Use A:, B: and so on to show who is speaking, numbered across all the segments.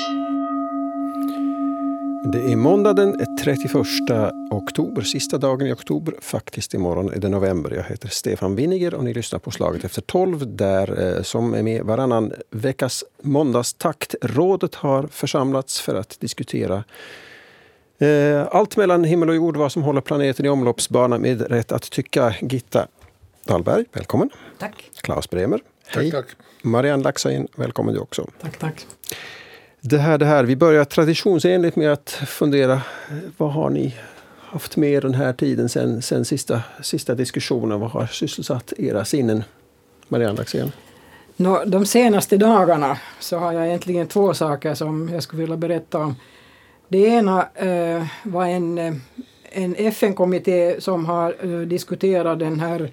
A: Det är måndag den 31 oktober, sista dagen i oktober. Faktiskt imorgon är det november. Jag heter Stefan Winniger och ni lyssnar på Slaget efter 12 där som är med varannan veckas måndagstakt. Rådet har församlats för att diskutera allt mellan himmel och jord, vad som håller planeten i omloppsbana med rätt att tycka. Gitta Dahlberg, välkommen.
B: Tack.
A: Klaus Bremer, hej.
C: Tack.
A: Marianne Laxain, välkommen du också.
B: Tack.
A: Det här. Vi börjar traditionsenligt med att fundera, vad har ni haft med den här tiden sen sista diskussionen? Vad har sysselsatt era sinnen? Marianne Laxain.
B: De senaste dagarna så har jag egentligen två saker som jag skulle vilja berätta om. Det ena var en FN-kommitté som har diskuterat den här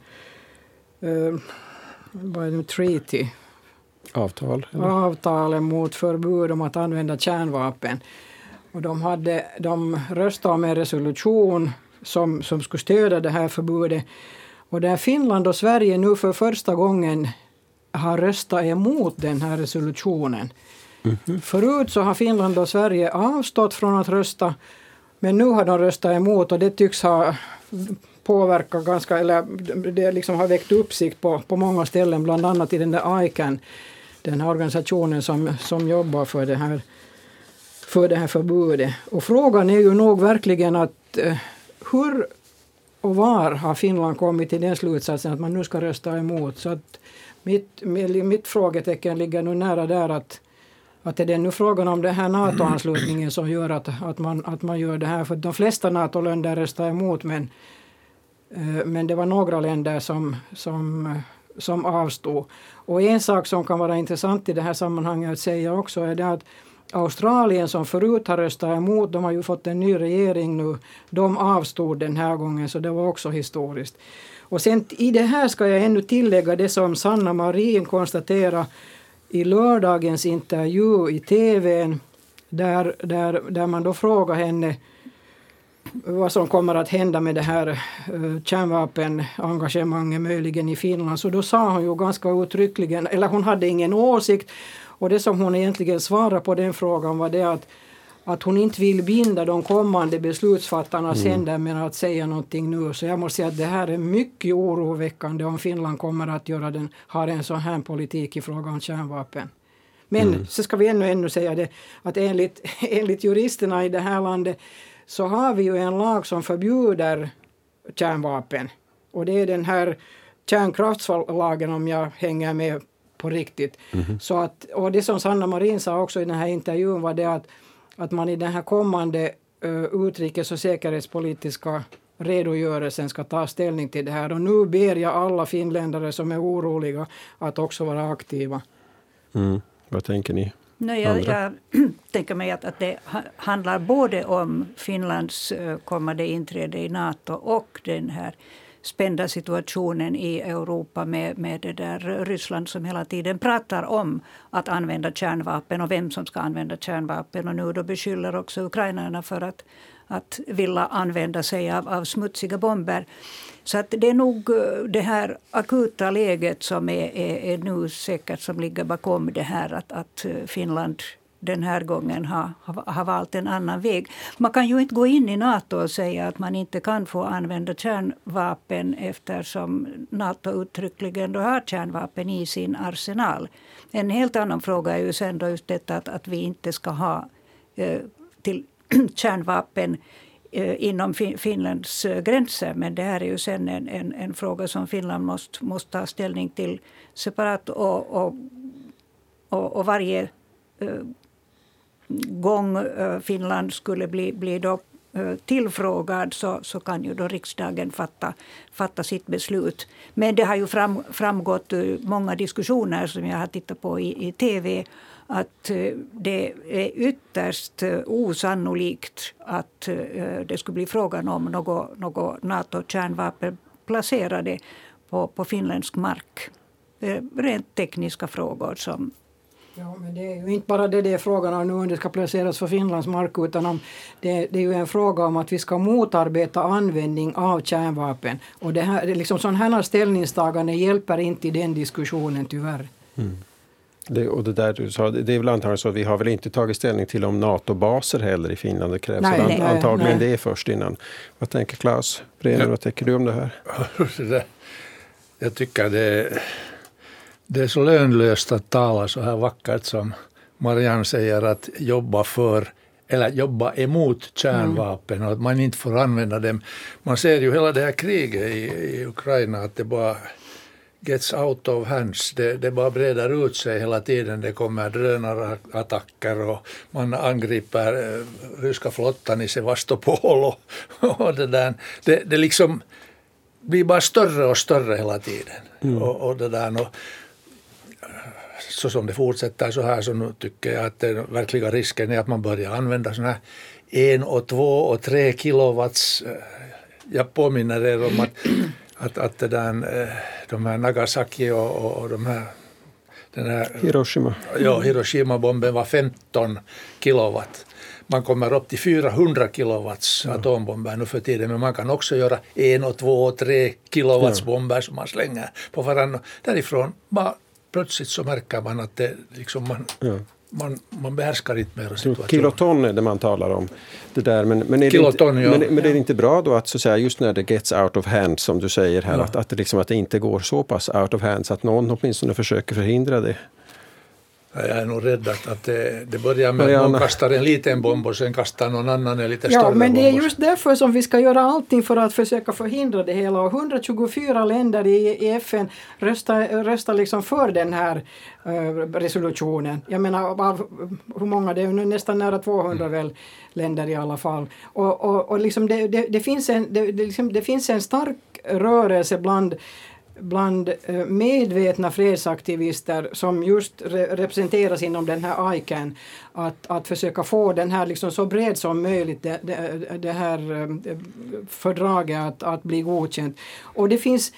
B: treaty. Avtalen mot förbud om att använda kärnvapen. Och de röstade om en resolution som skulle stödja det här förbudet. Och där Finland och Sverige nu för första gången har röstat emot den här resolutionen. Mm-hmm. Förut så har Finland och Sverige avstått från att rösta. Men nu har de röstat emot och det tycks ha påverkat ganska, eller det liksom har väckt uppsikt på många ställen. Bland annat i den där ICAN. Den här organisationen som jobbar för det här förbudet. Och frågan är ju nog verkligen att hur och var har Finland kommit till den slutsatsen att man nu ska rösta emot. Så att mitt frågetecken ligger nu nära där att det är nu frågan om den här NATO-anslutningen som gör att man gör det här. För de flesta NATO-länder röstar emot men det var några länder som avstod. Och en sak som kan vara intressant i det här sammanhanget att säga också är det att Australien som förut har röstat emot, de har ju fått en ny regering nu, de avstod den här gången så det var också historiskt. Och sen i det här ska jag ännu tillägga det som Sanna Marin konstaterade i lördagens intervju i tvn där man då frågar henne vad som kommer att hända med det här kärnvapenengagemanget möjligen i Finland. Så då sa hon ju ganska uttryckligen, eller hon hade ingen åsikt. Och det som hon egentligen svarade på den frågan var det att hon inte vill binda de kommande beslutsfattarnas händer med att säga någonting nu. Så jag måste säga att det här är mycket oroväckande om Finland kommer att ha en sån här politik i fråga om kärnvapen. Men så ska vi ännu säga det att enligt juristerna i det här landet så har vi ju en lag som förbjuder kärnvapen. Och det är den här kärnkraftslagen om jag hänger med på riktigt. Mm-hmm. Så att, och det som Sanna Marin sa också i den här intervjun var det att man i den här kommande utrikes- och säkerhetspolitiska redogörelsen ska ta ställning till det här. Och nu ber jag alla finländare som är oroliga att också vara aktiva.
A: Vad tänker ni?
D: Nej, jag tänker mig att det handlar både om Finlands kommande inträde i NATO och den här spända situationen i Europa med det där Ryssland som hela tiden pratar om att använda kärnvapen och vem som ska använda kärnvapen. Och nu då beskyller också ukrainarna för att vilja använda sig av smutsiga bomber. Så att det är nog det här akuta läget som är nu säkert som ligger bakom det här att Finland den här gången har valt en annan väg. Man kan ju inte gå in i NATO och säga att man inte kan få använda kärnvapen eftersom NATO uttryckligen då har kärnvapen i sin arsenal. En helt annan fråga är ju sen då just detta att vi inte ska ha till kärnvapen inom Finlands gränser. Men det här är ju sen en fråga som Finland måste ta ställning till separat och varje gång Finland skulle bli då tillfrågad så kan ju då riksdagen fatta sitt beslut. Men det har ju framgått många diskussioner som jag har tittat på i tv att det är ytterst osannolikt att det skulle bli frågan om något NATO-kärnvapen placerade på finländsk mark. Rent tekniska frågor som...
B: Ja, men det är ju inte bara det är frågan om nu om det ska placeras för Finlands mark utan det är ju en fråga om att vi ska motarbeta användning av kärnvapen. Och det här, liksom sådana här ställningstagande hjälper inte i den diskussionen tyvärr.
A: Och det där du sa, det är väl antagligen så att vi har väl inte tagit ställning till om NATO-baser heller i Finland. Det krävs antagligen det först innan. Vad tänker Claes Brenner, vad tänker du om det här?
C: Jag tycker det är så lönlöst att tala så här vackert som Marianne säger, att jobba för eller jobba emot kärnvapen och att man inte får använda dem. Man ser ju hela det här kriget i Ukraina att det bara gets out of hands. Det bara breder ut sig hela tiden. Det kommer drönarattacker och man angriper ryska flottan i Sevastopol och det där. Det liksom blir bara större och större hela tiden. Och det där. Och så som det fortsätter så här så nu tycker jag att den verkliga risken är att man börjar använda sådana här 1, 2 och 3 kilowatts. Jag påminner er om att det där, de här Nagasaki och de här, den här
A: Hiroshima.
C: Ja, Hiroshima-bomben var 15 kilowatt. Man kommer upp till 400 kilowatts atombomber nu för tiden, men man kan också göra 1, 2 och 3 kilowatts bomber som man slänger på varandra. Därifrån bara plötsligt så märker man att det liksom man behärskar inte mer situationen.
A: Kiloton är det man talar om. Det där, men är
C: Kiloton,
A: men är det inte bra då att så säga, just när det gets out of hand som du säger här, att det inte går så pass out of hand så att någon åtminstone försöker förhindra det?
C: Jag är nog rädd att det börjar med att någon kastar en liten bomb och sen kastar någon annan en lite större bomb.
B: Ja, men det är just därför som vi ska göra allting för att försöka förhindra det hela. Och 124 länder i FN röstar liksom för den här resolutionen. Jag menar, av hur många det är nu, nästan nära 200 väl länder i alla fall. Och liksom det finns en stark rörelse bland medvetna fredsaktivister som just representeras inom den här ICAN att försöka få den här liksom så bred som möjligt det här fördraget att bli godkänt. Och det finns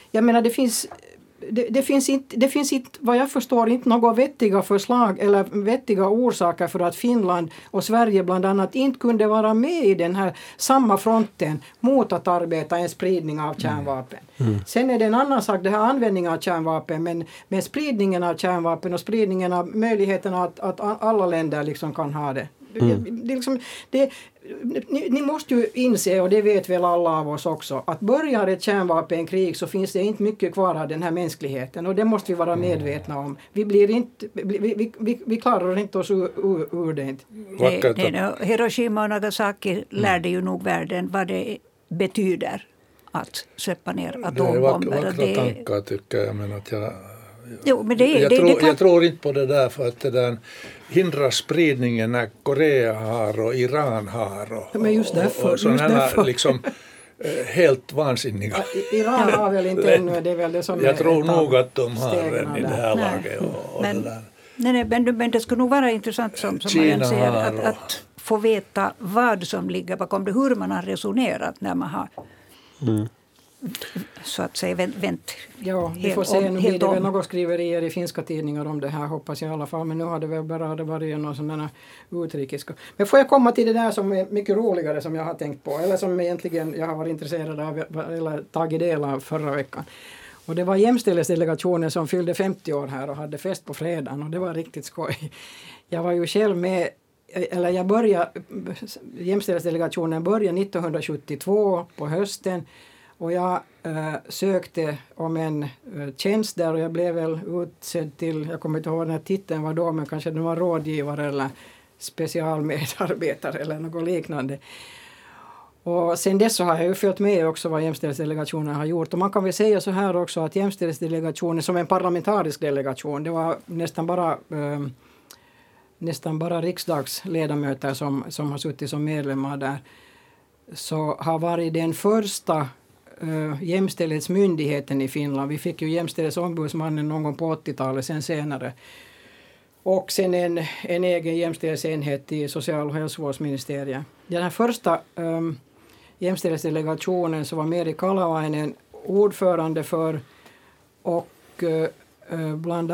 B: inte, vad jag förstår, inte några vettiga förslag eller vettiga orsaker för att Finland och Sverige bland annat inte kunde vara med i den här samma fronten mot att arbeta en spridning av kärnvapen. Sen är det en annan sak, det här användningen av kärnvapen, men spridningen av kärnvapen och spridningen av möjligheten att alla länder liksom kan ha det. Ni måste ju inse, och det vet väl alla av oss också, att börjar ett kärnvapenkrig så finns det inte mycket kvar av den här mänskligheten, och det måste vi vara medvetna om. Vi klarar inte oss ur det.
D: Hiroshima och Nagasaki lärde ju nog världen vad det betyder att släppa ner atombomber.
C: Det är vackra tankar tycker jag, men att jag tror inte på det där, för att det där hindrar spridningen när Korea har och Iran har
B: men just därför,
C: och sådana liksom helt vansinniga.
B: Iran har väl inte ännu, det är väl det som
C: jag tror nog att de har en i det här laget.
D: Men det skulle nog vara intressant som man säger att få veta vad som ligger bakom det, hur man har resonerat när man har så att säga vänt.
B: Ja, vi får se, nu blir det väl några skriverier i finska tidningar om det här, hoppas jag i alla fall, men nu har det väl bara varit någon sån där utrikiska. Men får jag komma till det där som är mycket roligare som jag har tänkt på, eller som egentligen jag har varit intresserad av eller tagit del av förra veckan. Och det var jämställdhetsdelegationen som fyllde 50 år här och hade fest på fredagen, och det var riktigt skoj. Jag var ju själv med, eller jämställdhetsdelegationen började 1972 på hösten. Och jag sökte om en tjänst där, och jag blev väl utsedd till, jag kommer inte ihåg den här titeln var då, men kanske det var rådgivare eller specialmedarbetare eller något liknande. Och sen dess så har jag ju följt med också vad jämställdhetsdelegationen har gjort. Och man kan väl säga så här också att jämställdhetsdelegationen som en parlamentarisk delegation, det var nästan bara riksdagsledamöter som har suttit som medlemmar där, så har varit den första jämställdhetsmyndigheten i Finland. Vi fick ju jämställdhetsombudsmannen någon gång på 80-talet, sen senare. Och sen en egen jämställdhetsenhet i social- och hälsovårdsministeriet. Den här första jämställdhetsdelegationen så var Meri Kalavainen ordförande för, och bland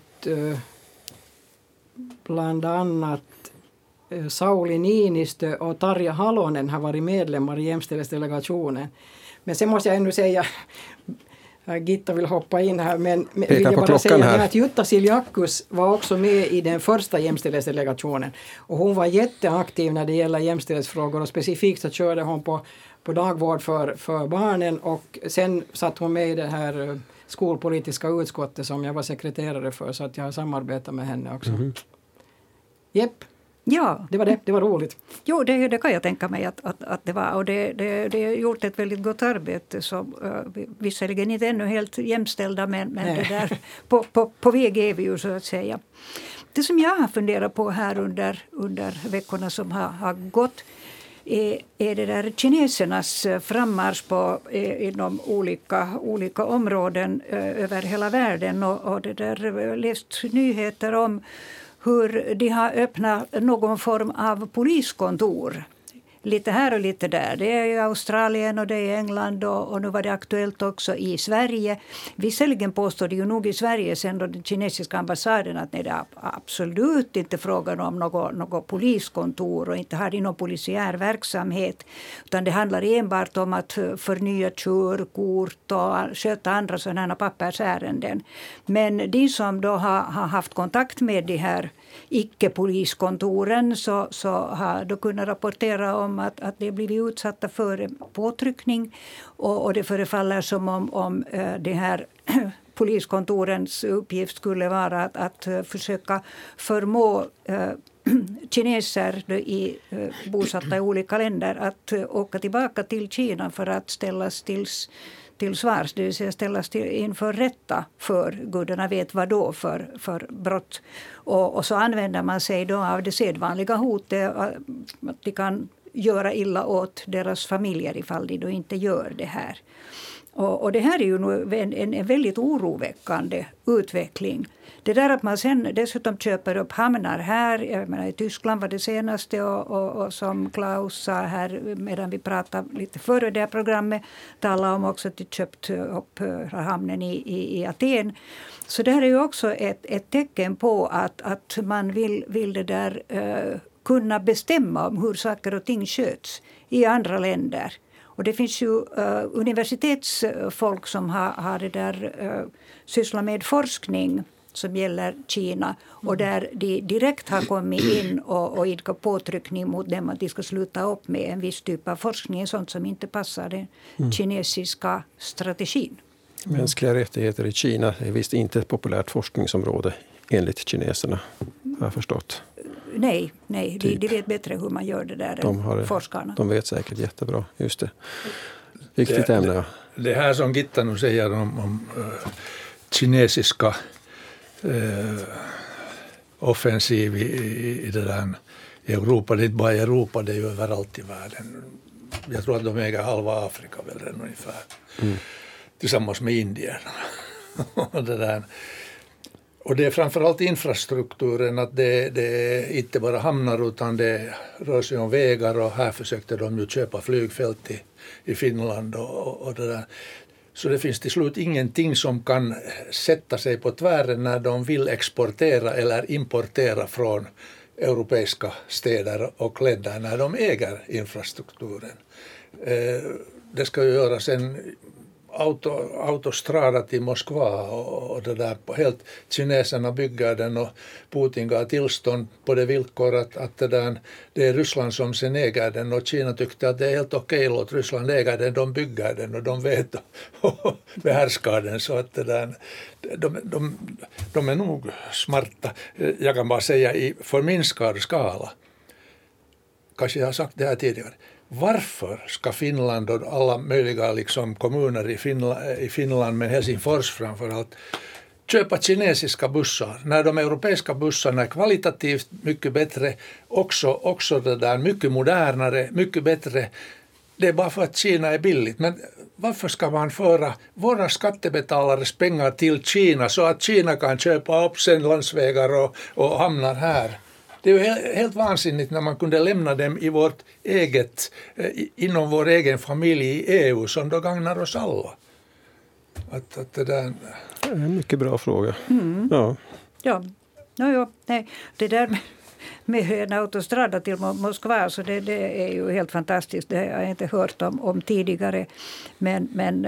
B: annat Sauli Niinistö och Tarja Halonen har varit medlemmar i jämställdhetsdelegationen. Men sen måste jag ändå säga, Gitta vill hoppa in här, men vill
A: Peka
B: jag
A: på
B: bara säga
A: klockan här.
B: att Jutta Siljakus var också med i den första jämställdhetsdelegationen. Och hon var jätteaktiv när det gäller jämställdhetsfrågor och specifikt så körde hon på dagvård för barnen och sen satt hon med i det här skolpolitiska utskottet som jag var sekreterare för, så att jag har samarbetat med henne också. Jepp.
D: Ja,
B: Det var roligt.
D: jo, det kan jag tänka mig att det var. Och det har gjort ett väldigt gott arbete. Så, visserligen inte ännu helt jämställda, men det där, på väg är vi ju så att säga. Det som jag har funderat på här under veckorna som har gått är det där kinesernas frammarsch inom olika områden över hela världen. Och det där läst nyheter om hur de har öppnat någon form av poliskontor. Lite här och lite där. Det är i Australien och det är i England och nu var det aktuellt också i Sverige. Visserligen påstår de ju nog i Sverige sen då den kinesiska ambassaden att nej, det är absolut inte frågan om något poliskontor och inte har de någon polisiär verksamhet. Utan det handlar enbart om att förnya körkort och sköta andra sådana pappersärenden. Men de som då har haft kontakt med de här icke-poliskontoren så har då kunnat rapportera om att det blivit utsatta för påtryckning och det förefaller som om det här poliskontorens uppgift skulle vara att försöka förmå kineser bosatta i olika länder att åka tillbaka till Kina för att ställas till svars, det vill säga ställas inför rätta för gudarna vet vad då för brott. Och så använder man sig då av det sedvanliga hotet att de kan göra illa åt deras familjer ifall de då inte gör det här. Och det här är ju en väldigt oroväckande utveckling. Det där att man sen dessutom köper upp hamnar här, jag menar, i Tyskland var det senaste och som Klaus sa här medan vi pratade lite före det här programmet, talade om också att de köpt upp hamnen i Aten. Så det här är ju också ett tecken på att man vill det där kunna bestämma om hur saker och ting sköts i andra länder. Och det finns ju universitetsfolk som har det där sysslat med forskning som gäller Kina och där de direkt har kommit in och idkat påtryckning mot dem att de ska sluta upp med en viss typ av forskning, sånt som inte passar den kinesiska strategin.
A: Mänskliga rättigheter i Kina är visst inte ett populärt forskningsområde enligt kineserna, har jag förstått.
D: Nej, de vet bättre hur man gör det där än forskarna.
A: De vet säkert jättebra, just det. Viktigt ämne. Ja.
C: Det här som Gitta nu säger om kinesiska offensiv i det där i Europa, det är inte bara i Europa, det är ju överallt i världen. Jag tror att de äger halva Afrika väl ungefär. Tillsammans med Indien. Och det är framförallt infrastrukturen, att det är inte bara hamnar utan det rör sig om vägar och här försökte de ju köpa flygfält i Finland och det där. Så det finns till slut ingenting som kan sätta sig på tvären när de vill exportera eller importera från europeiska städer och länder när de äger infrastrukturen. Det ska ju göras en autostrada till Moskva och det där helt kineserna bygger den och Putin gav tillstånd på det villkor att det är Ryssland som sen äger den och Kina tyckte att det är helt okej, låt Ryssland äga den, de bygger den och de vet och behärskar den, så att det där, de är nog smarta. Jag kan bara säga i förminskad skala, kanske jag har sagt det här tidigare. Varför ska Finland och alla möjliga liksom kommuner i Finland, men Helsingfors framförallt, köpa kinesiska bussar när de europeiska bussarna är kvalitativt mycket bättre, också det där mycket modernare, mycket bättre. Det är bara för att Kina är billigt. Men varför ska man föra våra skattebetalares pengar till Kina så att Kina kan köpa upp sen landsvägar och hamnar här? Det är ju helt vansinnigt när man kunde lämna dem i vårt eget, inom vår egen familj i EU som då gagnar oss alla. Att det där...
A: Det är en mycket bra fråga.
D: Ja, nej. Det där med en autostrada till Moskva, så det är ju helt fantastiskt. Det har jag inte hört om tidigare. Men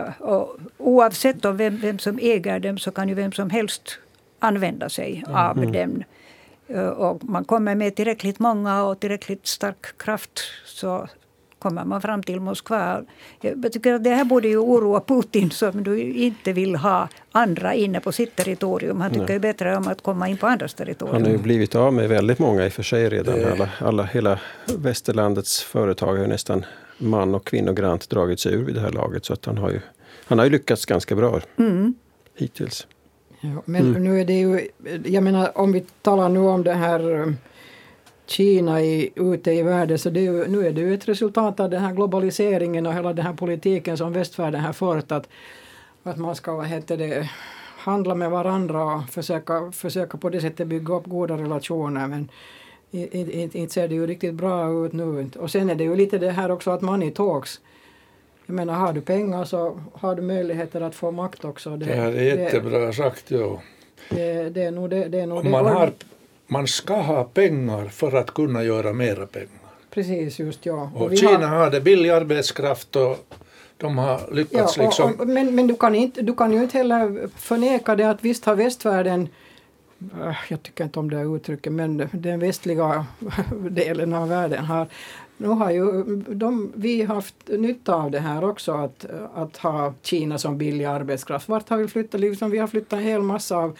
D: oavsett om vem som äger dem, så kan ju vem som helst använda sig av dem. Och man kommer med tillräckligt många och tillräckligt stark kraft, så kommer man fram till Moskva. Jag tycker att det här borde ju oroa Putin, som du inte vill ha andra inne på sitt territorium. Han tycker ju bättre om att komma in på andras territorium.
A: Han har ju blivit av med väldigt många i och för sig redan. Hela västerlandets företag har ju nästan man- och kvinnogrant dragit sig ur vid det här laget. Så att han har ju lyckats ganska bra hittills.
B: Ja, men nu är det ju, jag menar, om vi talar nu om det här Kina ute i världen, så nu är det ju ett resultat av den här globaliseringen och hela den här politiken som västvärlden har fört, att man ska handla med varandra och försöka på det sättet bygga upp goda relationer, men inte ser det ju riktigt bra ut nu. Och sen är det ju lite det här också att money talks. Jag menar, har du pengar så har du möjligheter att få makt också.
C: Det här är jättebra sagt, ja.
B: Det är nog det.
C: Man ska ha pengar för att kunna göra mera pengar.
B: Precis, just ja.
C: Och Kina har det billig arbetskraft och de har lyckats liksom.
B: Men du kan ju inte heller förneka det att visst har västvärlden, jag tycker inte om det här uttrycket, men den västliga delen av världen nu har ju vi haft nytta av det här också, att ha Kina som billig arbetskraft. Vart har vi flyttat? Liksom, vi har flyttat en hel massa av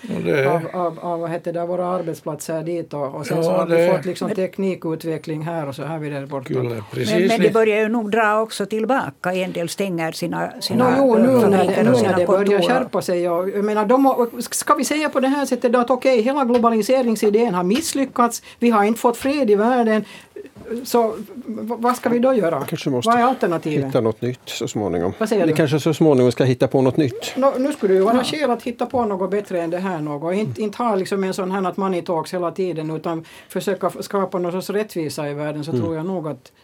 B: våra arbetsplatser dit, och sen så har vi fått liksom teknikutveckling här och så har vi där borta.
D: Men det börjar ju nog dra också tillbaka. En del stänger sina
B: nu när det börjar skärpa sig. Jag menar, ska vi säga på det här sättet då att okej, hela globaliseringsidén har misslyckats. Vi har inte fått fred i världen. Så vad ska vi då göra?
A: Kanske måste
B: vad är alternativet?
A: Hitta något nytt så småningom.
B: Vad säger du?
A: Vi kanske så småningom ska hitta på något nytt.
B: Nu skulle det ju vara skäl att hitta på något bättre än det här något. Inte ha liksom en sån här att money talks hela tiden, utan försöka skapa någon sorts rättvisa i världen, så tror jag nog att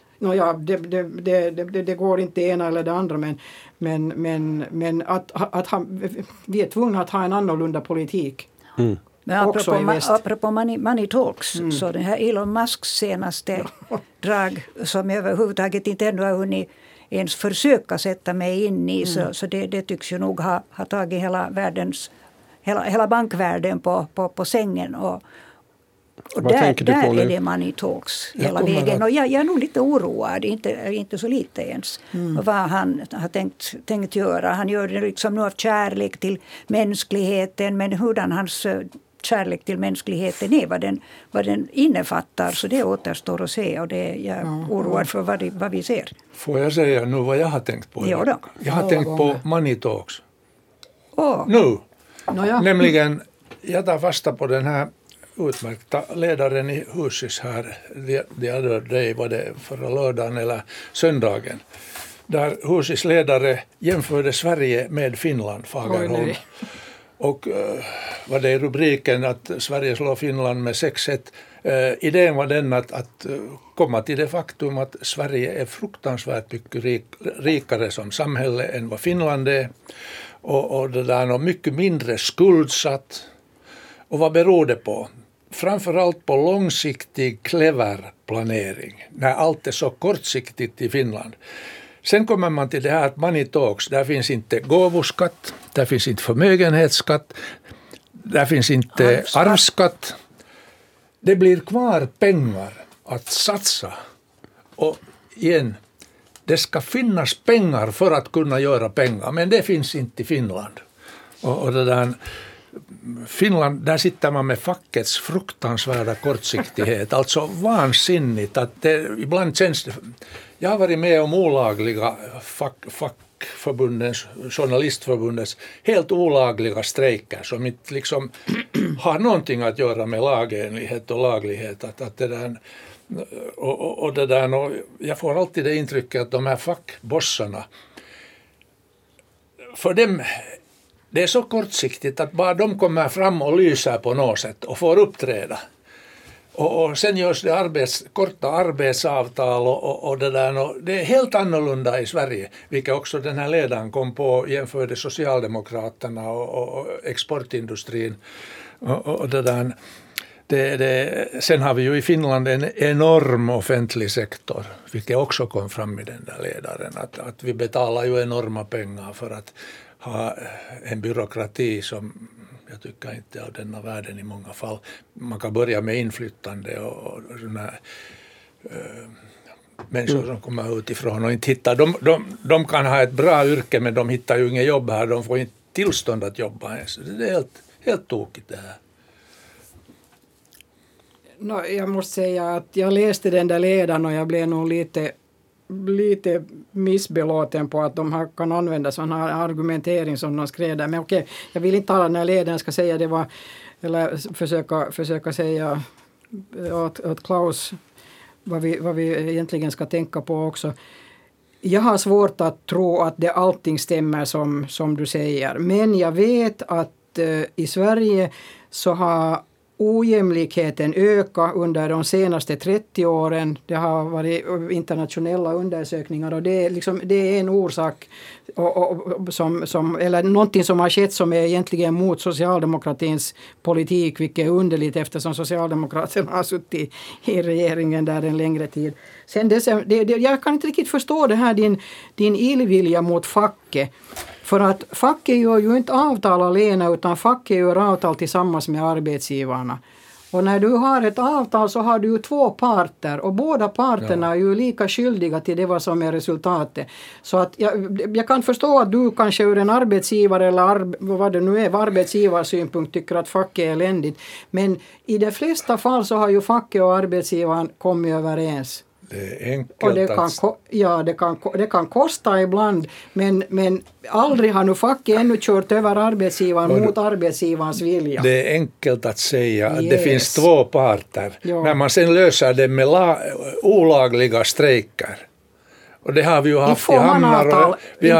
B: det går inte det ena eller det andra, men att vi är tvungna att ha en annorlunda politik.
D: Men apropå money talks, så den här Elon Musks senaste drag, som jag överhuvudtaget inte ännu har hunnit ens försöka sätta mig in i, så det tycks ju nog ha tagit hela bankvärlden på sängen, och där är det money talks hela vägen. Och jag är nog lite oroad, inte så lite ens, vad han har tänkt göra. Han gör det liksom nu av kärlek till mänskligheten, men hurdan hans kärlek till mänskligheten är, vad den innefattar, så det återstår att se, och det är jag oroad för vad vi ser.
C: Får jag säga nu vad jag har tänkt på?
D: Ja,
C: jag har tänkt på money talks.
D: Nu?
C: Nämligen, jag tar fasta på den här utmärkta ledaren i Husis här, the other day, var det förra lördagen eller söndagen, där Husis ledare jämförde Sverige med Finland, Fagerholm. Och var det i rubriken att Sverige slår Finland med 6-1. Idén var den att komma till det faktum att Sverige är fruktansvärt mycket rikare som samhälle än vad Finland är. Och det där är mycket mindre skuldsatt. Och vad beror det på? Framförallt på långsiktig, clever planering. När allt är så kortsiktigt i Finland. Sen kommer man till det här att money talks, där finns inte gåvoskatt, där finns inte förmögenhetsskatt, där finns inte arvsskatt. Det blir kvar pengar att satsa. Och igen, det ska finnas pengar för att kunna göra pengar, men det finns inte i Finland. Och det där, Finland, där sitter man med fackets fruktansvärda kortsiktighet, alltså vansinnigt att det ibland känns det. Jag har varit med om olagliga fackförbundens, journalistförbundets helt olagliga strejker som inte liksom har någonting att göra med lagenlighet och laglighet. Att det där, och det där, och jag får alltid det intrycket att de här fackbossarna, för dem, det är så kortsiktigt att bara de kommer fram och lyser på något sätt och får uppträda. Och sen görs det korta arbetsavtal och det där. Och det är helt annorlunda i Sverige, vilket också den här ledaren kom på, jämförde Socialdemokraterna och exportindustrin. Och det där. Sen har vi ju i Finland en enorm offentlig sektor, vilket också kom fram i den där ledaren. Att vi betalar ju enorma pengar för att ha en byråkrati som jag tycker inte är av denna världen i många fall. Man kan börja med inflyttande och sådana människor som kommer utifrån och inte hittar. De kan ha ett bra yrke, men de hittar ju inget jobb här. De får inte tillstånd att jobba ens. Det är helt tokigt det här.
B: Jag måste säga att jag läste den där ledaren och jag blev nog lite missbelåten på att de här kan använda sån här argumentering som de skrev där. Men okej, jag vill inte tala när ledaren ska säga det var, eller försöka säga åt Klaus vad vi egentligen ska tänka på också. Jag har svårt att tro att allting stämmer som du säger. Men jag vet att i Sverige så har ojämlikheten ökat under de senaste 30 åren. Det har varit internationella undersökningar och det är en orsak eller någonting som har skett som är egentligen mot socialdemokratins politik, vilket är underligt eftersom Socialdemokraterna har suttit i regeringen där en längre tid. Sen jag kan inte riktigt förstå det här din illvilja mot facket. För att facket gör ju inte avtal alena utan facket gör avtal tillsammans med arbetsgivarna. Och när du har ett avtal så har du ju två parter och båda parterna är ju lika skyldiga till det vad som är resultatet. Så att jag kan förstå att du kanske ur en arbetsgivare eller vad det nu är, arbetsgivarsynpunkt tycker att facket är eländigt. Men i de flesta fall så har ju facket och arbetsgivaren kommit överens.
C: Det är enkelt
B: och det kan kosta ibland, men aldrig har nu facket ännu kört över arbetsgivaren mot arbetsgivarens vilja.
C: Det är enkelt att säga att det finns två parter.
B: Ja.
C: När man sen löser det med olagliga strejker. Och det har vi ju haft i hamnar.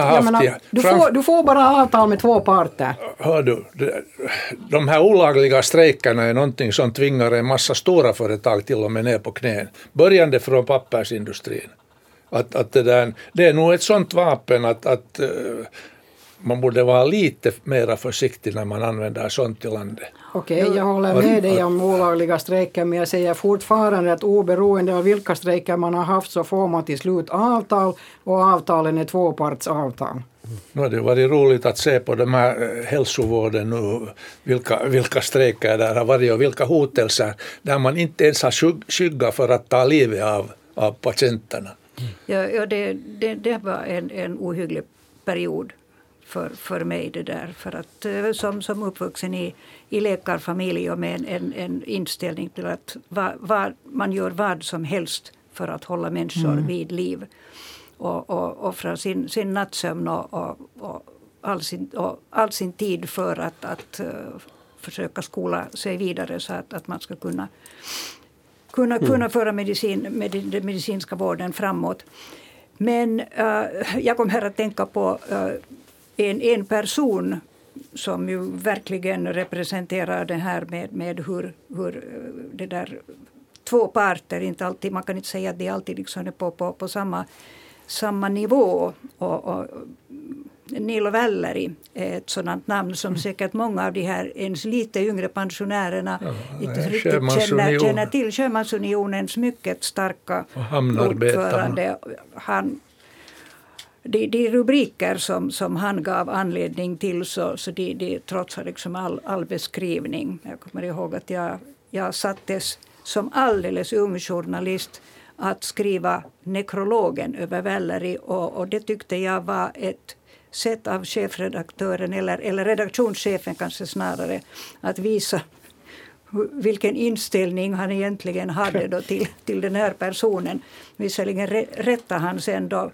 B: Du får bara avtal med två parter.
C: Hör du, de här olagliga strejkerna är någonting som tvingar en massa stora företag till och med ner på knän. Börjande från pappersindustrin. Att det är nog ett sånt vapen att man borde vara lite mer försiktig när man använder sånt i landet.
B: Okej, jag håller med dig om olagliga strejker, men jag säger fortfarande att oberoende av vilka strejker man har haft så får man till slut avtal och avtalen är tvåpartsavtal.
C: Nu har det varit roligt att se på de här hälsovården nu, vilka strejker där har varit och vilka hotelser där man inte ens har skygga för att ta livet av patienterna.
D: Ja, det var en ohygglig period för mig det där. För att som uppvuxen i läkarfamilj och med en inställning till att man gör vad som helst för att hålla människor vid liv. Och offra sin nattsömn och all sin tid för att försöka skola sig vidare så att man ska kunna föra den medicinska vården framåt. Men jag kom här att tänka på en person som ju verkligen representerar det här med hur det där två parter, inte alltid, man kan inte säga att det alltid liksom är på samma nivå. Och Niilo Välleri är ett sådant namn som säkert många av de här ens lite yngre pensionärerna inte riktigt känner till. Sjömansunionens mycket starka ordförande. De rubriker som han gav anledning till så de trotsar liksom all beskrivning. Jag kommer ihåg att jag sattes som alldeles ung journalist att skriva nekrologen över Välleri och det tyckte jag var ett sätt av chefredaktören eller redaktionschefen kanske snarare att visa vilken inställning han egentligen hade då till den här personen. Visserligen rättade han sen då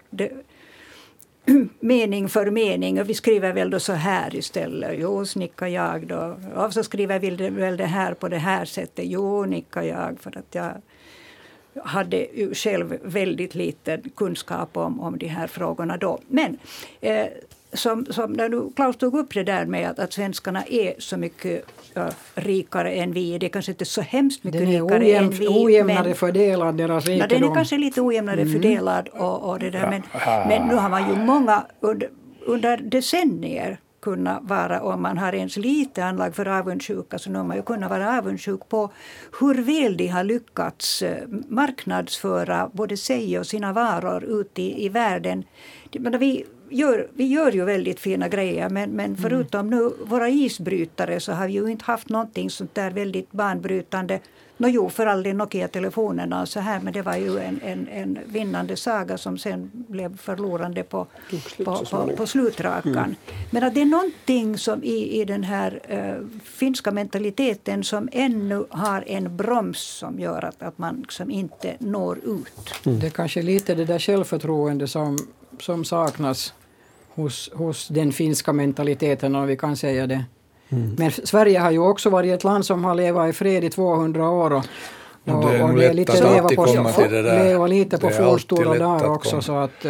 D: mening för mening och vi skriver väl då så här istället. Jo, snickar jag då. Och så skriver vi väl det här på det här sättet. Jo, nickar jag för att jag hade ju själv väldigt lite kunskap om de här frågorna då. Men som när du, Klaus, tog upp det där med att svenskarna är så mycket rikare än vi. Det är kanske inte så hemskt mycket rikare än vi.
B: Ojämnare fördelad deras rikedom.
D: Den är kanske lite ojämnare fördelad. Och det där. Men nu har man ju många under decennier kunna vara, om man har ens lite anlag för avundsjuka, så nu man ju kunna vara avundsjuk på hur väl de har lyckats marknadsföra både sig och sina varor ute i världen. Vi gör ju väldigt fina grejer, men förutom nu våra isbrytare så har vi ju inte haft någonting sånt där väldigt banbrytande. För all del Nokia-telefonerna och så här, men det var ju en vinnande saga som sen blev förlorande på slutrakan. Men att det är någonting som i den här finska mentaliteten som ännu har en broms som gör att man liksom inte når ut.
B: Det är kanske lite det där självförtroende som saknas hos den finska mentaliteten, om vi kan säga det. Men Sverige har ju också varit ett land som har levat i fred i 200 år och det är lite leva lite på fullstora dagar också, så att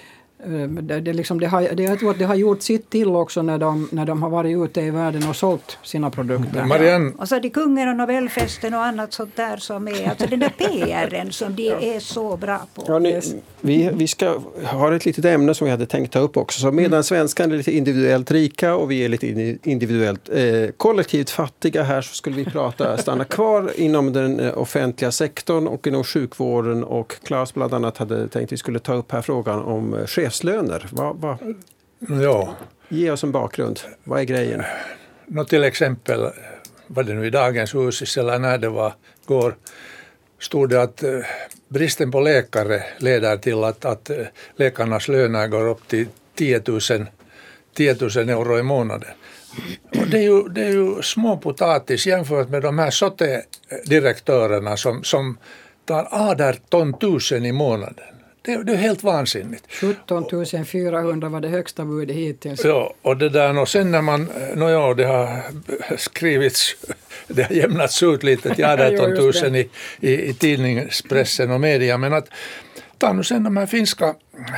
B: det har gjort sitt till också när de har varit ute i världen och sålt sina produkter.
C: Marianne.
D: Och så är det kungen och Nobelfesten och annat sånt där som är, alltså den där PR:en som de är så bra på.
A: Ja, vi ska ha ett litet ämne som vi hade tänkt ta upp också. Så medan svenskan är lite individuellt rika och vi är lite individuellt kollektivt fattiga här, så skulle vi stanna kvar inom den offentliga sektorn och inom sjukvården, och Claes bland annat hade tänkt att vi skulle ta upp här frågan om chefslöner.
C: Ja.
A: Ge oss en bakgrund. Vad är grejen?
C: Till exempel var det nu i dagens hus eller när det var går, stod det att bristen på läkare leder till att läkarnas löner går upp till 10 000 euro i månaden. Och det är ju små potatis jämfört med de här SOTE-direktörerna som tar 18 000 i månaden. Det är helt vansinnigt.
B: 17 400 var det högsta budet hittills.
C: Ja, och det där, och sen när man, det har skrivits, det har jämnats ut lite till 18 000 i tidningspressen och media, men att ta nu sen de här finska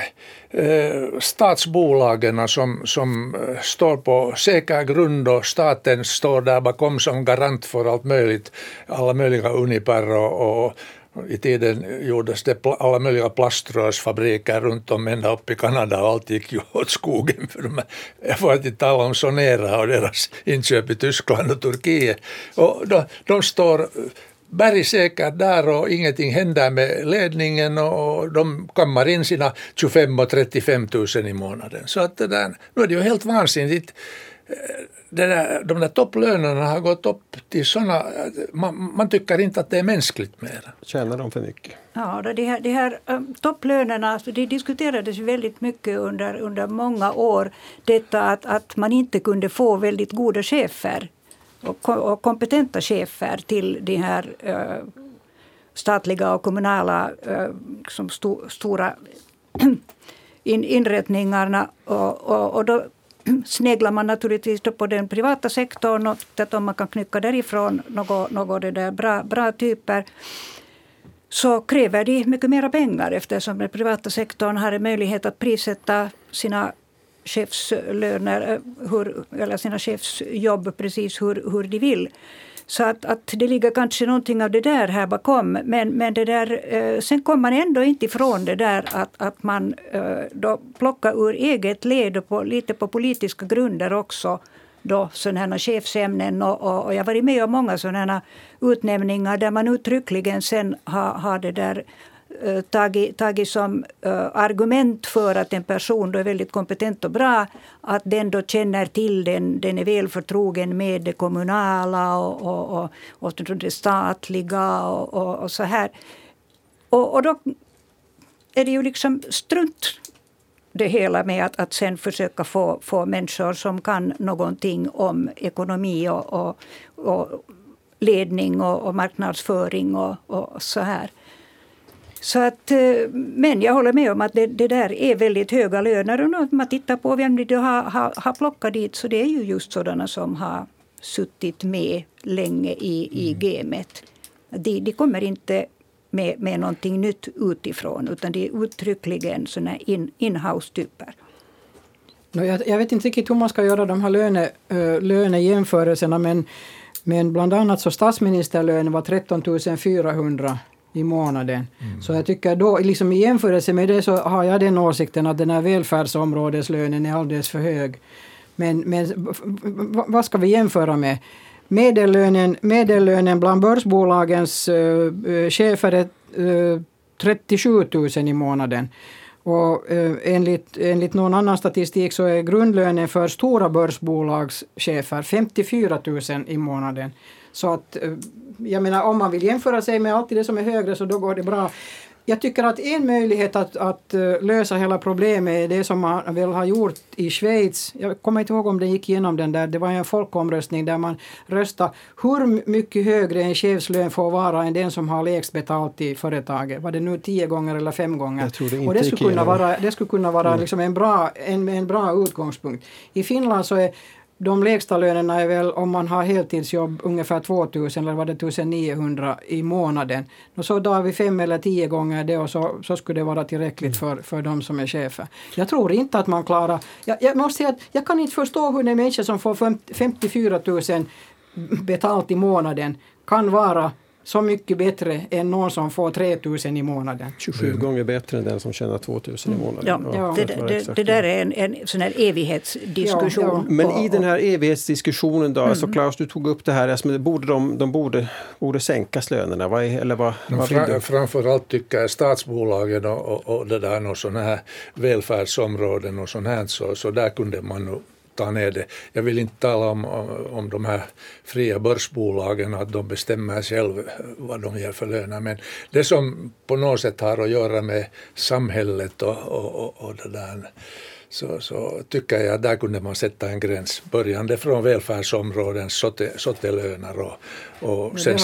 C: statsbolagen som står på säker grund och staten står där bakom som garant för allt möjligt, alla möjliga Uniper och i tiden gjordes det alla möjliga plaströrsfabriker runt om ända upp i Kanada, och allt gick ju åt skogen för dem. Jag får inte tala om Sonera och deras inköp i Tyskland och Turkiet. Och de står bergsäkert där och ingenting händer med ledningen, och de kammar in sina 25 och 35 000 i månaden. Så att det där, nu är det ju helt vansinnigt. De där topplönerna har gått upp till sådana, man tycker inte att det är mänskligt mer.
A: Tjänar de för mycket?
D: Ja, de här topplönerna, alltså det diskuterades väldigt mycket under många år, detta att man inte kunde få väldigt goda chefer och kompetenta chefer till de här statliga och kommunala som stora inrättningarna, och då sneglar man naturligtvis på den privata sektorn, och att om man kan knycka därifrån något det där bra typer, så kräver de mycket mera pengar, eftersom den privata sektorn har en möjlighet att prissätta sina chefslöner eller sina chefsjobb precis hur de vill. Så att det ligger kanske någonting av det där här bakom. Men det där, sen kommer man ändå inte ifrån det där att man då plockar ur eget led och lite på politiska grunder också då sådana här chefsämnen. Och jag har varit med om många sådana utnämningar där man uttryckligen sen har det där tagit som argument för att en person då är väldigt kompetent och bra, att den då känner till den är väl förtrogen med det kommunala och det statliga och så här. Och då är det ju liksom strunt det hela med att sen försöka få människor som kan någonting om ekonomi och ledning och marknadsföring och så här. Så att, men jag håller med om att det där är väldigt höga löner, och om man tittar på vem de har plockat dit, så det är ju just sådana som har suttit med länge i gamet. De kommer inte med någonting nytt utifrån, utan det är uttryckligen sådana in-house-typer.
B: Jag vet inte riktigt hur man ska göra de här lönejämförelserna, men bland annat så statsministerlönen var 13 400 i månaden. Så jag tycker då, liksom i jämförelse med det, så har jag den åsikten att den här välfärdsområdeslönen är alldeles för hög. Men vad ska vi jämföra med? Medellönen bland börsbolagens chefer är 37 000 i månaden. Och enligt någon annan statistik så är grundlönen för stora börsbolagschefer 54 000 i månaden. Så att, jag menar, om man vill jämföra sig med allt det som är högre så då går det bra. Jag tycker att en möjlighet att lösa hela problemet är det som man väl har gjort i Schweiz. Jag kommer inte ihåg om det gick igenom den där. Det var en folkomröstning där man röstade hur mycket högre en chefslön får vara än den som har lägst betalt i företaget. Var det nu 10 gånger eller 5 gånger?
A: Jag tror det inte
B: och det skulle kunna vara liksom en bra utgångspunkt. I Finland så är de lägsta lönerna är väl om man har heltidsjobb ungefär 2000 eller var det 1900 i månaden. Och så då har vi 5 eller 10 gånger det och så skulle det vara tillräckligt för de som är chefer. Jag tror inte att man klarar... Jag måste säga att jag kan inte förstå hur en människa som får 54 000 betalt i månaden kan vara så mycket bättre än någon som får 3 000 i månaden.
A: 27 gånger bättre än den som tjänar 2 000 i månaden.
D: Ja. Det där är en sån här evighetsdiskussion.
B: Ja.
A: Men i den här evighetsdiskussionen då, så Claes, du tog upp det här, alltså, de borde sänkas lönerna. Vad vill du?
C: Framförallt tycker jag statsbolagen och det där och sådana här välfärdsområden och sånt här, så där kunde man nog ta ner det. Jag vill inte tala om de här fria börsbolagen, att de bestämmer själv vad de ger för löner, men det som på något sätt har att göra med samhället och det där, så tycker jag att där kunde man sätta en gräns, börjande från välfärdsområden, sottelöner och sen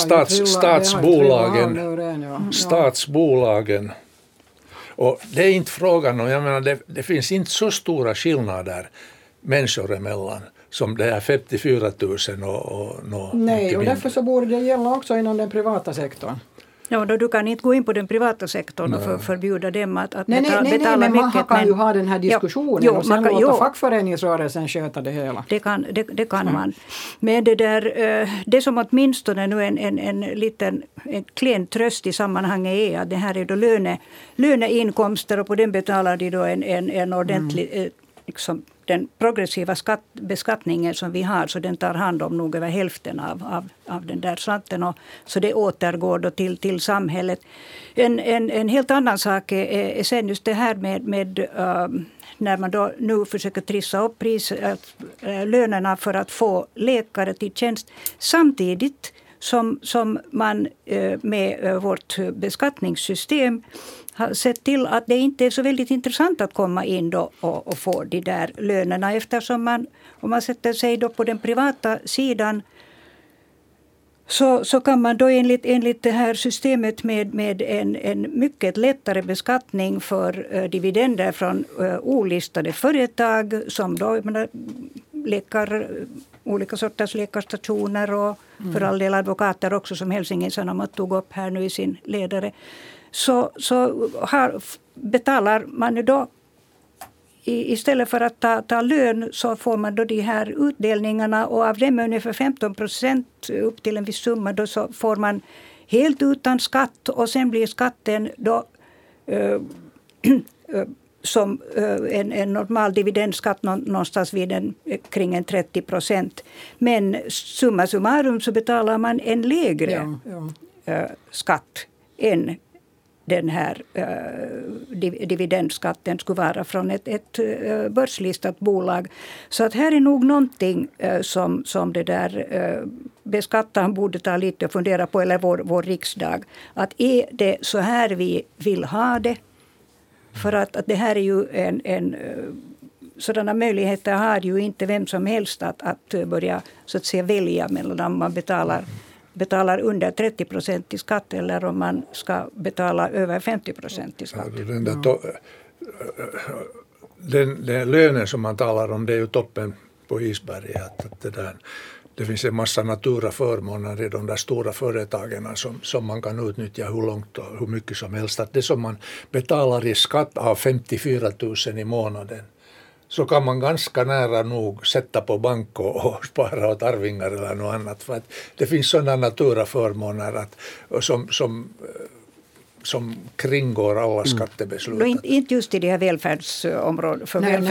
C: statsbolagen. Och det är inte frågan om, jag menar, det finns inte så stora skillnader människor emellan som det är 54 000 och
B: Nej, och därför så borde det gälla också inom den privata sektorn.
D: Ja, då du kan inte gå in på den privata sektorn och förbjuda dem att betala mycket.
B: Men man kan ju ha den här diskussionen och sen låta fackföreningsrörelsen sköta det hela.
D: Det kan man. Men det som åtminstone nu en klen tröst i sammanhanget är att det här är då löneinkomster och på den betalar de då en ordentlig liksom, den progressiva beskattningen som vi har, så den tar hand om nog över hälften av den där slanten, och så det återgår då till samhället. En helt annan sak är sen just det här med när man då nu försöker trissa upp lönerna för att få läkare till tjänst, samtidigt som man med vårt beskattningssystem har sett till att det inte är så väldigt intressant att komma in då och få de där lönerna, eftersom om man sätter sig då på den privata sidan så kan man då enligt det här systemet med en mycket lättare beskattning för dividender från olistade företag som då olika sorters läkarstationer och för all del advokater också, som Helsingin Sanomat tog upp här nu i sin ledare. Så betalar man då istället för att ta lön, så får man då de här utdelningarna, och av dem ungefär 15% upp till en viss summa då så får man helt utan skatt, och sen blir skatten då som en normal dividendskatt någonstans vid kring 30%. Men summa summarum så betalar man en lägre skatt än den här dividendskatten skulle vara från ett börslistat bolag. Så att här är nog någonting som det där beskattaren borde ta lite och fundera på, eller vår riksdag. Att är det så här vi vill ha det? För att det här är ju sådana möjligheter har ju inte vem som helst att börja så att säga välja mellan om man betalar under 30% i skatt eller om man ska betala över 50% i skatt.
C: Den lönen som man talar om, det är ju toppen på isberget. Det finns en massa naturaförmåner i de där stora företagen som man kan utnyttja hur långt och hur mycket som helst. Att det som man betalar i skatt av 54 000 i månaden, så kan man ganska nära nog sätta på bank och spara åt arvingar eller något annat. För att det finns sådana naturaförmåner som som kringgår alla skattebeslut.
D: Inte just i de här välfärdsområden. För
B: Nej,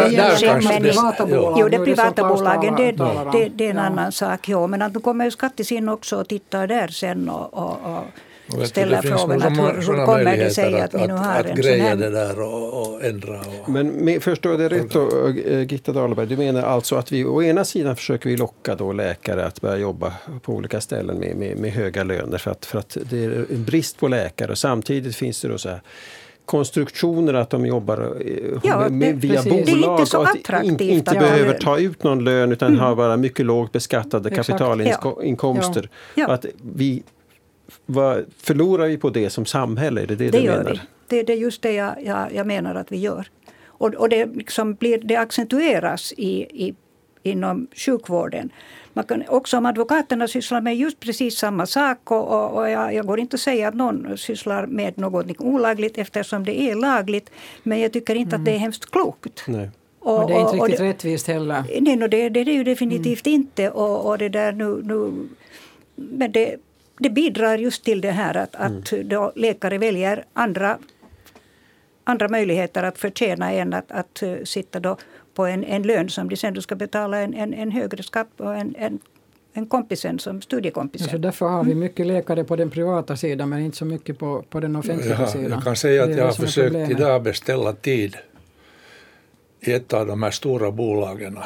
D: det privata bolagen, det är en annan sak. Jo, men att nu kommer ju Skattis in också och tittar där sen och ställer frågan att hur kommer det sig att ni nu har en sån här...
C: det där och ändra.
A: Men förstår jag det rätt då, Gitta Dahlberg? Du menar alltså att vi å ena sidan försöker vi locka då läkare att börja jobba på olika ställen med höga löner för att det är en brist på läkare, och samtidigt finns det då så här konstruktioner att de jobbar via bolag och att inte behöver ta ut någon lön utan har bara mycket lågt beskattade kapitalinkomster. Att vi förlorar vi på det som samhälle? Är det du menar?
D: Det är just det jag menar att vi gör. Och det, liksom det accentueras inom sjukvården. Man kan också, om advokaterna sysslar med just precis samma sak och jag går inte att säga att någon sysslar med något olagligt eftersom det är lagligt, men jag tycker inte att det är hemskt klokt.
A: Nej.
B: Och det är inte riktigt rättvist heller.
D: Nej, det är ju definitivt inte och det där nu men det bidrar just till det här att då läkare väljer andra möjligheter att förtjäna än att sitta då på en lön som de sen ska betala en högre skatt på en kompisen som studiekompisen.
B: Så därför har vi mycket läkare på den privata sidan men inte så mycket på den offentliga sidan.
C: Jag kan säga att jag har försökt idag beställa tid i ett av de här stora bolagen.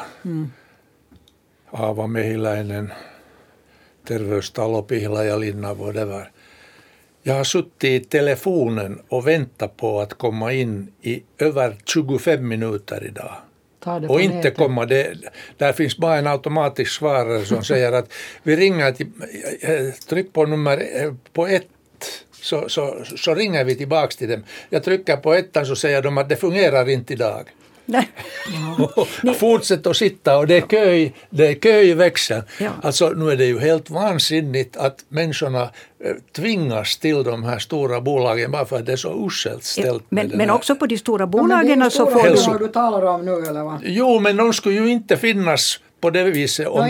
C: Aava Mehiläinen, Terveystalo, Pihla ja Linna, whatever. Jag har suttit i telefonen och väntat på att komma in i över 25 minuter idag. Och inte nätet. Komma det. Där finns bara en automatisk svarare som säger att vi ringer till, tryck på nummer på 1 så ringer vi tillbaka till dem. Jag trycker på 1 så säger de att det fungerar inte idag.
D: Nej.
C: Fortsätt att sitta och det är kö i växeln. Ja. Alltså nu är det ju helt vansinnigt att människorna tvingas till de här stora bolagen bara för att det är så uselt ställt.
D: Men också på de stora bolagen så får
B: du talar om nu eller vad?
C: Jo, men de skulle ju inte finnas på det viset om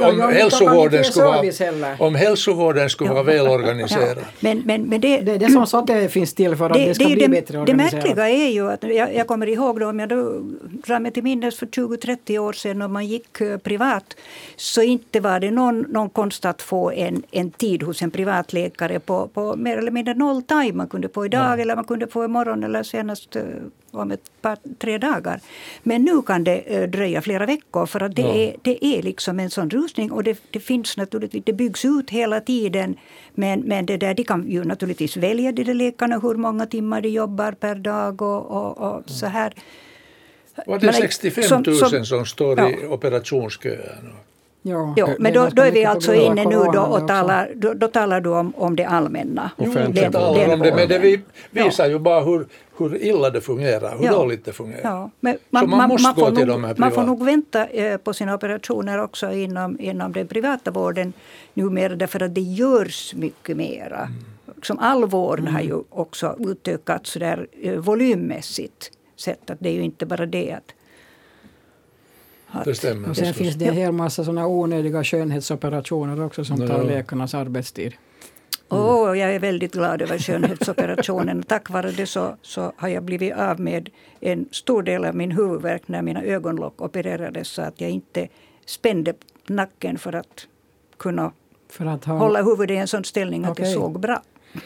C: hälsovården skulle vara välorganiserad.
B: Ja. Men det är det som så att det finns till för att det ska bli bättre organiserat.
D: Det märkliga är ju att jag kommer ihåg då, om jag då drar mig till minnes för 20-30 år sedan när man gick privat, så inte var det någon konst att få en tid hos en privatläkare på mer eller mindre noll time. Man kunde få idag eller man kunde få imorgon eller senast om ett par 3 dagar. Men nu kan det dröja flera veckor för att det är liksom en sån rusning och det finns naturligtvis, det byggs ut hela tiden men det där, de kan ju naturligtvis välja de läkarna hur många timmar de jobbar per dag och så här.
C: Var det 65 000 som står i operationskön?
D: Ja, men då är vi alltså inne nu och talar du om det allmänna.
C: Men det visar ju bara hur illa det fungerar, hur dåligt det fungerar. Ja, men man måste gå till de här privata.
D: Man får nog vänta på sina operationer också inom den privata vården numera därför att det görs mycket mera. Som all vård har ju också utökats där volymmässigt sett att det är ju inte bara det att
C: det stämmer.
B: Och sen finns det en hel massa sådana onödiga skönhetsoperationer också som tar läkarnas arbetstid.
D: Jag är väldigt glad över skönhetsoperationen. Tack vare det så har jag blivit av med en stor del av min huvudvärk när mina ögonlock opererades så att jag inte spände nacken för att kunna hålla huvudet i en sån ställning att jag såg bra.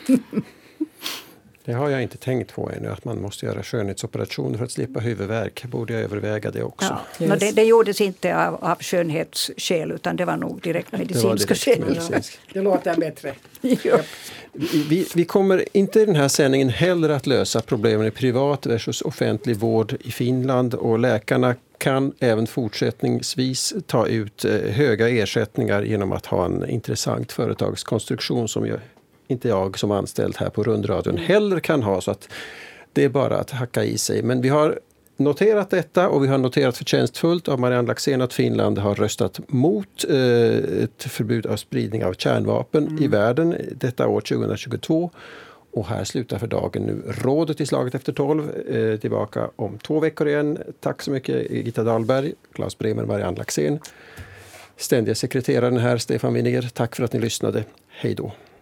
A: Det har jag inte tänkt på ännu, att man måste göra skönhetsoperationer för att slippa huvudvärk. Borde jag överväga det också?
D: Ja. Yes. Det gjordes inte av skönhetsskäl utan det var nog direkt medicinska skäl.
B: Det låter bättre.
D: Ja.
A: Vi kommer inte i den här sändningen heller att lösa problemen i privat versus offentlig vård i Finland, och läkarna kan även fortsättningsvis ta ut höga ersättningar genom att ha en intressant företagskonstruktion som inte jag som anställd här på Rundradion heller kan ha, så att det är bara att hacka i sig. Men vi har noterat detta och vi har noterat förtjänstfullt av Marianne Laxén att Finland har röstat mot ett förbud av spridning av kärnvapen i världen detta år 2022. Och här slutar för dagen nu rådet i slaget efter 12. Tillbaka om 2 veckor igen. Tack så mycket Gitta Dahlberg, Claes Bremer, Marianne Laxén. Ständiga sekreteraren här Stefan Winiger. Tack för att ni lyssnade. Hej då.